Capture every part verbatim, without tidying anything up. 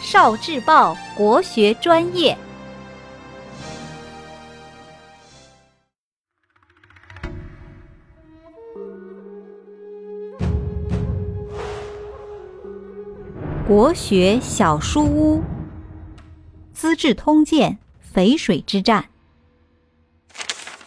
少智报国学专业。国学小书屋，《资治通鉴》淝水之战。《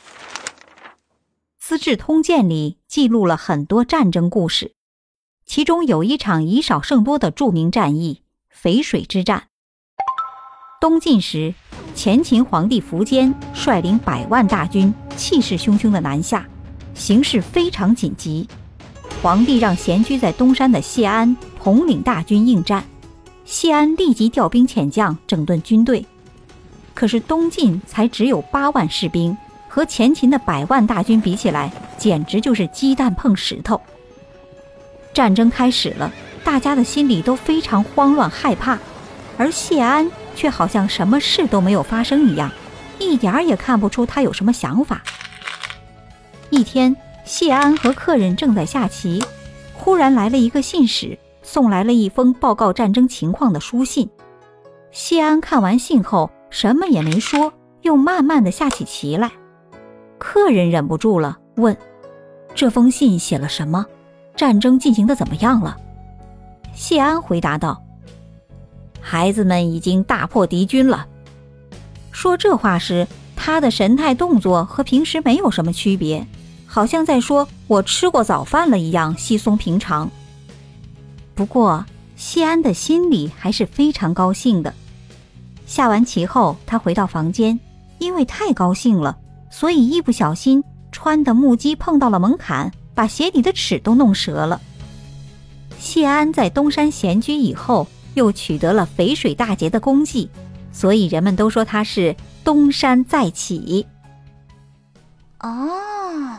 资治通鉴》里记录了很多战争故事，其中有一场以少胜多的著名战役——淝水之战。东晋时，前秦皇帝苻坚率领百万大军，气势汹汹地南下，形势非常紧急。皇帝让闲居在东山的谢安统领大军应战，谢安立即调兵遣将整顿军队。可是东晋才只有八万士兵，和前秦的百万大军比起来，简直就是鸡蛋碰石头。战争开始了，大家的心里都非常慌乱害怕，而谢安却好像什么事都没有发生一样，一点儿也看不出他有什么想法。一天，谢安和客人正在下棋，忽然来了一个信使，送来了一封报告战争情况的书信。谢安看完信后，什么也没说，又慢慢地下起棋来。客人忍不住了，问：这封信写了什么？战争进行得怎么样了？谢安回答道：孩子们已经大破敌军了。说这话时，他的神态动作和平时没有什么区别，好像在说我吃过早饭了一样稀松平常。不过谢安的心里还是非常高兴的。下完棋后，他回到房间，因为太高兴了，所以一不小心穿的木屐碰到了门槛，把鞋底的齿都弄折了。谢安在东山闲居以后，又取得了淝水大捷的功绩，所以人们都说他是东山再起。 哦，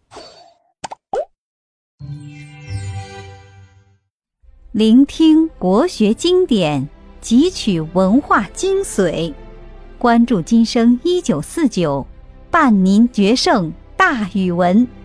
聆听国学经典，汲取文化精髓，关注今生一九四九，伴您决胜大语文。